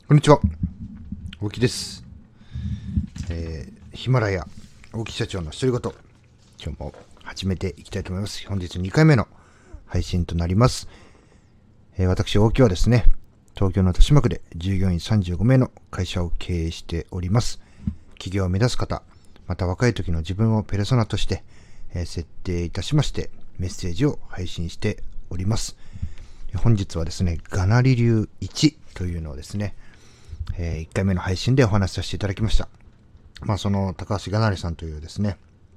こんにちは、大木です。ヒマラヤ大木社長の独り言、今日も始めていきたいと思います。本日2回目の配信となります。私大木はですね、東京の豊島区で従業員35名の会社を経営しております。起業を目指す方、また若い時の自分をペルソナとして、設定いたしましてメッセージを配信しております。本日はですね、がなり流1というのをですね、1回目の配信でお話しさせていただきました。その高橋がなりさんというですね、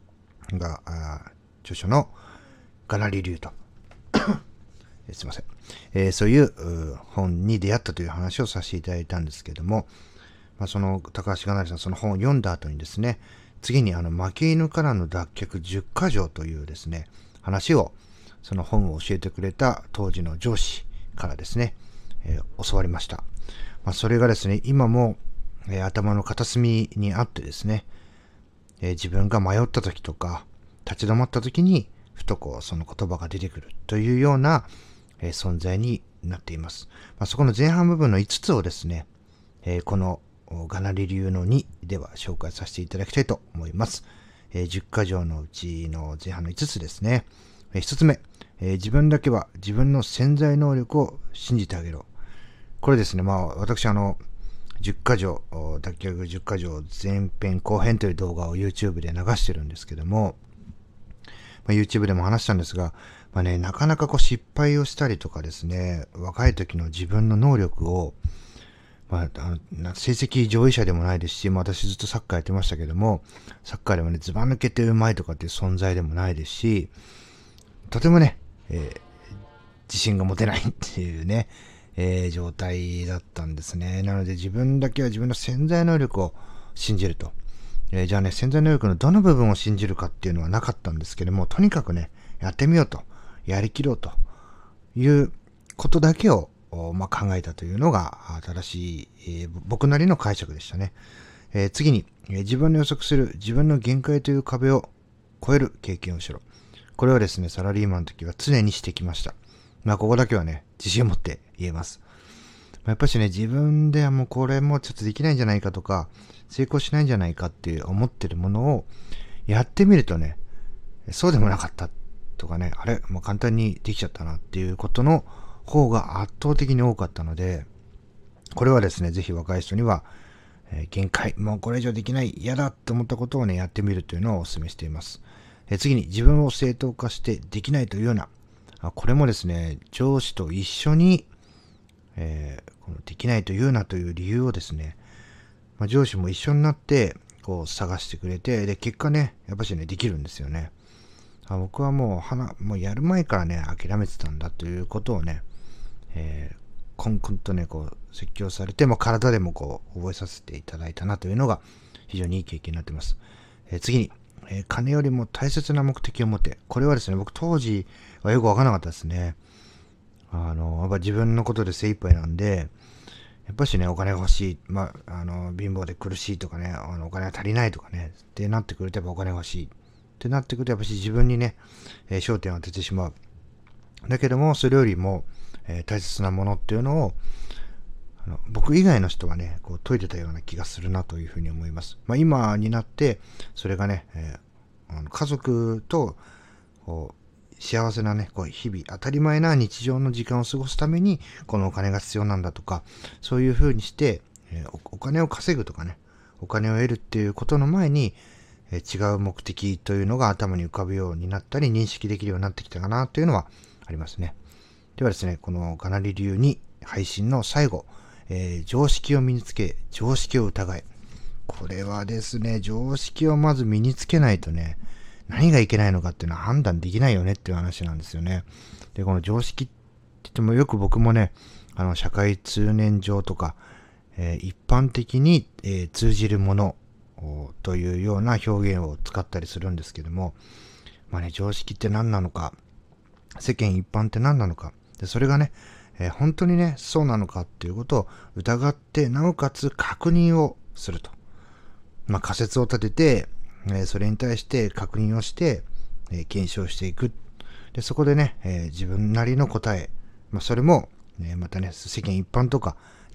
著書のがなり流と、すいません、そういう本に出会ったという話をさせていただいたんですけども、その高橋がなりさん、その本を読んだ後にですね、次に負け犬からの脱却10か条というですね、話を、その本を教えてくれた当時の上司からですね、教わりました。それがですね、今も、頭の片隅にあってですね、自分が迷った時とか、立ち止まった時に、ふとその言葉が出てくるというような、存在になっています。そこの前半部分の5つをですね、このがなり流の2では紹介させていただきたいと思います。10か条のうちの前半の5つですね。1つ目、自分だけは自分の潜在能力を信じてあげろ。これですね、私10か条、脱却10か条前編後編という動画を YouTube で流してるんですけども、YouTube でも話したんですが、なかなか失敗をしたりとかですね、若い時の自分の能力を、成績上位者でもないですし、私ずっとサッカーやってましたけども、サッカーでもね、ずば抜けてうまいとかっていう存在でもないですし、とてもね、自信が持てないっていうね、状態だったんですね。なので自分だけは自分の潜在能力を信じると。じゃあね、潜在能力のどの部分を信じるかっていうのはなかったんですけども、とにかくね、やってみようと、やりきろうということだけを、考えたというのが正しい、僕なりの解釈でしたね。次に、自分の予測する自分の限界という壁を超える経験をしろ。これはですね、サラリーマンの時は常にしてきました。ここだけはね、自信を持って言えます。やっぱしね、自分ではもうこれもちょっとできないんじゃないかとか、成功しないんじゃないかって思ってるものをやってみるとね、そうでもなかったとかね、あれ、もう簡単にできちゃったなっていうことの方が圧倒的に多かったので、これはですね、ぜひ若い人には、限界、もうこれ以上できない、嫌だと思ったことをね、やってみるというのをお勧めしています。次に、自分を正当化してできないというような、これもですね、上司と一緒に、このできないというなという理由をですね、上司も一緒になって探してくれて、で結果ね、やっぱしね、できるんですよね。僕はもうやる前からね、諦めてたんだということをね、コンコンとね、説教されて、体でも覚えさせていただいたなというのが非常にいい経験になっています。次に、金よりも大切な目的を持って、これはですね、僕当時はよくわからなかったですね。やっぱ自分のことで精一杯なんで、やっぱしね、お金が欲しい、貧乏で苦しいとかね、お金が足りないとかね、ってなってくるとやっぱお金が欲しい。ってなってくるとやっぱし自分にね、焦点を当ててしまう。だけども、それよりも、大切なものっていうのを、僕以外の人はね、解いてたような気がするなというふうに思います。今になって、それがね、家族と、幸せなね、日々当たり前な日常の時間を過ごすために、このお金が必要なんだとか、そういう風にして、お金を稼ぐとかね、お金を得るっていうことの前に、違う目的というのが頭に浮かぶようになったり、認識できるようになってきたかなというのはありますね。ではですね、このがなり流に配信の最後、常識を身につけ、常識を疑え。これはですね、常識をまず身につけないとね、何がいけないのかっていうのは判断できないよねっていう話なんですよね。で、この常識って言ってもよく僕もね、社会通念上とか、一般的に、通じるものというような表現を使ったりするんですけども、常識って何なのか、世間一般って何なのか、でそれがね、本当にね、そうなのかっていうことを疑って、なおかつ確認をすると。仮説を立てて、それに対して確認をして、検証していく。で、そこでね、自分なりの答え、それも、またね、世間一般とか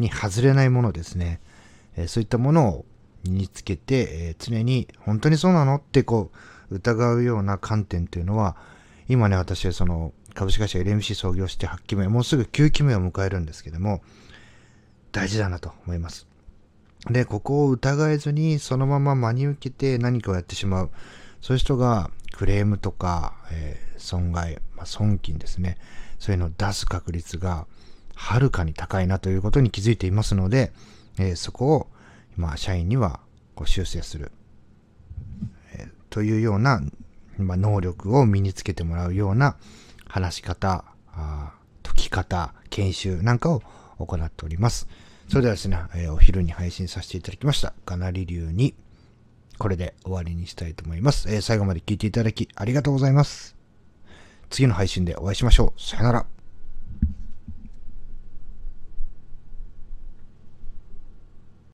に外れないものですね。そういったものを身につけて、常に本当にそうなのって疑うような観点というのは、今ね、私はその株式会社 LMC 創業して8期目、もうすぐ9期目を迎えるんですけども、大事だなと思います。で、ここを疑えずにそのまま真に受けて何かをやってしまう。そういう人がクレームとか、損害、損金ですね。そういうのを出す確率がはるかに高いなということに気づいていますので、そこを社員には修正する、というような、能力を身につけてもらうような話し方、解き方、研修なんかを行っております。それではですね、お昼に配信させていただきましたがなり流にこれで終わりにしたいと思います。最後まで聞いていただきありがとうございます。次の配信でお会いしましょう。さよなら。